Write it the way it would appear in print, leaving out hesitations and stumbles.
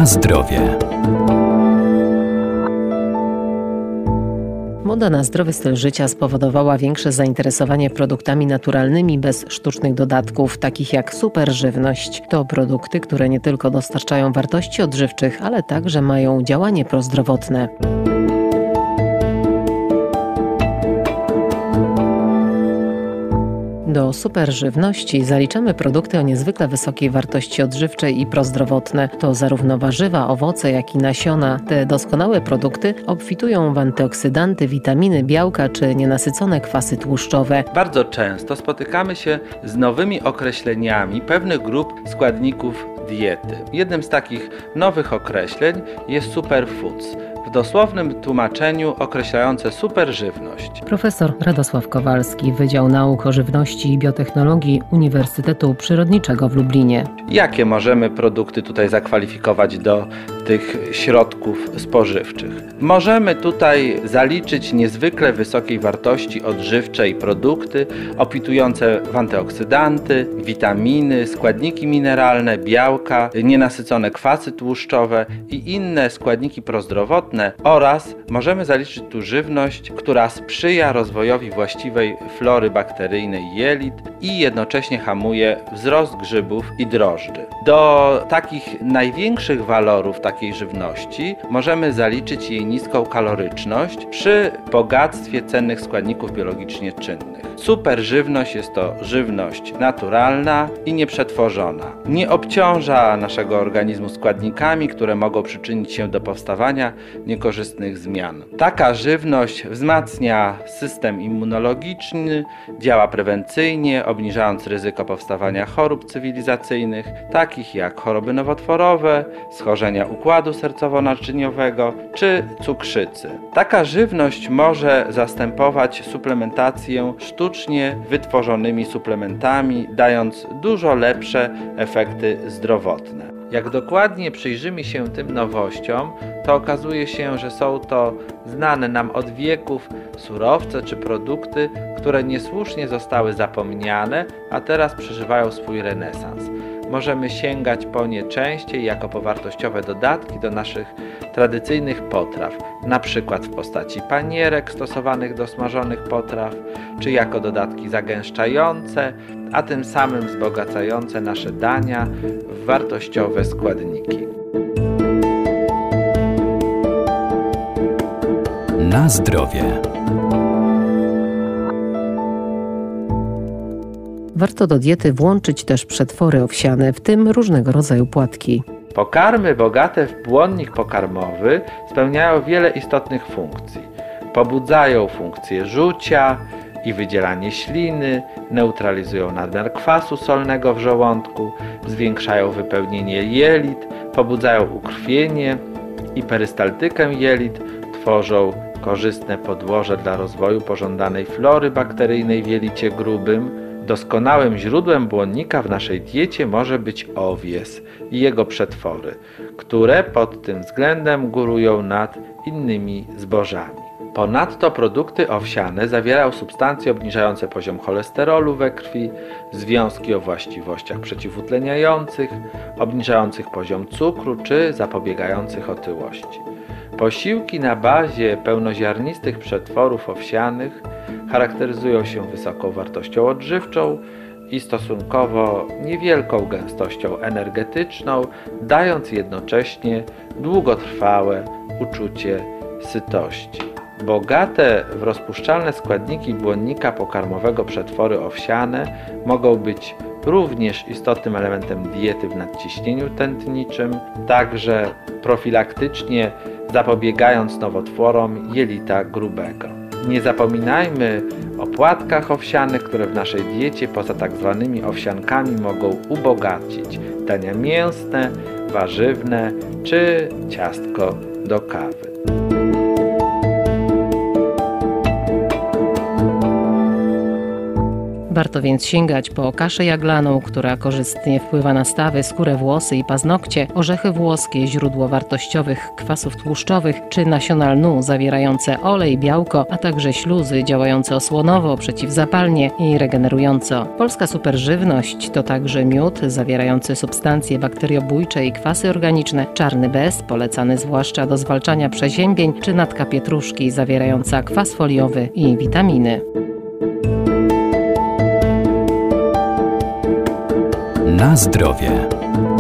Na zdrowie. Moda na zdrowy styl życia spowodowała większe zainteresowanie produktami naturalnymi bez sztucznych dodatków, takich jak superżywność. To produkty, które nie tylko dostarczają wartości odżywczych, ale także mają działanie prozdrowotne. Do superżywności zaliczamy produkty o niezwykle wysokiej wartości odżywczej i prozdrowotne. To zarówno warzywa, owoce, jak i nasiona. Te doskonałe produkty obfitują w antyoksydanty, witaminy, białka czy nienasycone kwasy tłuszczowe. Bardzo często spotykamy się z nowymi określeniami pewnych grup składników diety. Jednym z takich nowych określeń jest superfoods, w dosłownym tłumaczeniu określające superżywność. Profesor Radosław Kowalski, Wydział Nauk o Żywności i Biotechnologii Uniwersytetu Przyrodniczego w Lublinie. Jakie możemy produkty tutaj zakwalifikować do tych środków spożywczych? Możemy tutaj zaliczyć niezwykle wysokiej wartości odżywczej produkty obfitujące w antyoksydanty, witaminy, składniki mineralne, białka, nienasycone kwasy tłuszczowe i inne składniki prozdrowotne, oraz możemy zaliczyć tu żywność, która sprzyja rozwojowi właściwej flory bakteryjnej jelit i jednocześnie hamuje wzrost grzybów i drożdży. Do takich największych walorów takiej żywności możemy zaliczyć jej niską kaloryczność przy bogactwie cennych składników biologicznie czynnych. Superżywność jest to żywność naturalna i nieprzetworzona. Nie obciąża naszego organizmu składnikami, które mogą przyczynić się do powstawania niekorzystnych zmian. Taka żywność wzmacnia system immunologiczny, działa prewencyjnie, obniżając ryzyko powstawania chorób cywilizacyjnych, takich jak choroby nowotworowe, schorzenia układu sercowo-naczyniowego czy cukrzycy. Taka żywność może zastępować suplementację sztucznie wytworzonymi suplementami, dając dużo lepsze efekty zdrowotne. Jak dokładnie przyjrzymy się tym nowościom, to okazuje się, że są to znane nam od wieków surowce czy produkty, które niesłusznie zostały zapomniane, a teraz przeżywają swój renesans. Możemy sięgać po nie częściej jako po wartościowe dodatki do naszych tradycyjnych potraw, na przykład w postaci panierek stosowanych do smażonych potraw, czy jako dodatki zagęszczające, a tym samym wzbogacające nasze dania w wartościowe składniki. Na zdrowie. Warto do diety włączyć też przetwory owsiane, w tym różnego rodzaju płatki. Pokarmy bogate w błonnik pokarmowy spełniają wiele istotnych funkcji. Pobudzają funkcję żucia i wydzielanie śliny, neutralizują nadmiar kwasu solnego w żołądku, zwiększają wypełnienie jelit, pobudzają ukrwienie i perystaltykę jelit, tworzą korzystne podłoże dla rozwoju pożądanej flory bakteryjnej w jelicie grubym. Doskonałym źródłem błonnika w naszej diecie może być owies i jego przetwory, które pod tym względem górują nad innymi zbożami. Ponadto produkty owsiane zawierają substancje obniżające poziom cholesterolu we krwi, związki o właściwościach przeciwutleniających, obniżających poziom cukru czy zapobiegających otyłości. Posiłki na bazie pełnoziarnistych przetworów owsianych charakteryzują się wysoką wartością odżywczą i stosunkowo niewielką gęstością energetyczną, dając jednocześnie długotrwałe uczucie sytości. Bogate w rozpuszczalne składniki błonnika pokarmowego przetwory owsiane mogą być również istotnym elementem diety w nadciśnieniu tętniczym, także profilaktycznie zapobiegając nowotworom jelita grubego. Nie zapominajmy o płatkach owsianych, które w naszej diecie poza tak zwanymi owsiankami mogą ubogacić dania mięsne, warzywne czy ciastko do kawy. Warto więc sięgać po kaszę jaglaną, która korzystnie wpływa na stawy, skórę, włosy i paznokcie, orzechy włoskie, źródło wartościowych kwasów tłuszczowych, czy nasiona lnu zawierające olej, białko, a także śluzy działające osłonowo, przeciwzapalnie i regenerująco. Polska superżywność to także miód zawierający substancje bakteriobójcze i kwasy organiczne, czarny bez, polecany zwłaszcza do zwalczania przeziębień, czy natka pietruszki zawierająca kwas foliowy i witaminy. Na zdrowie.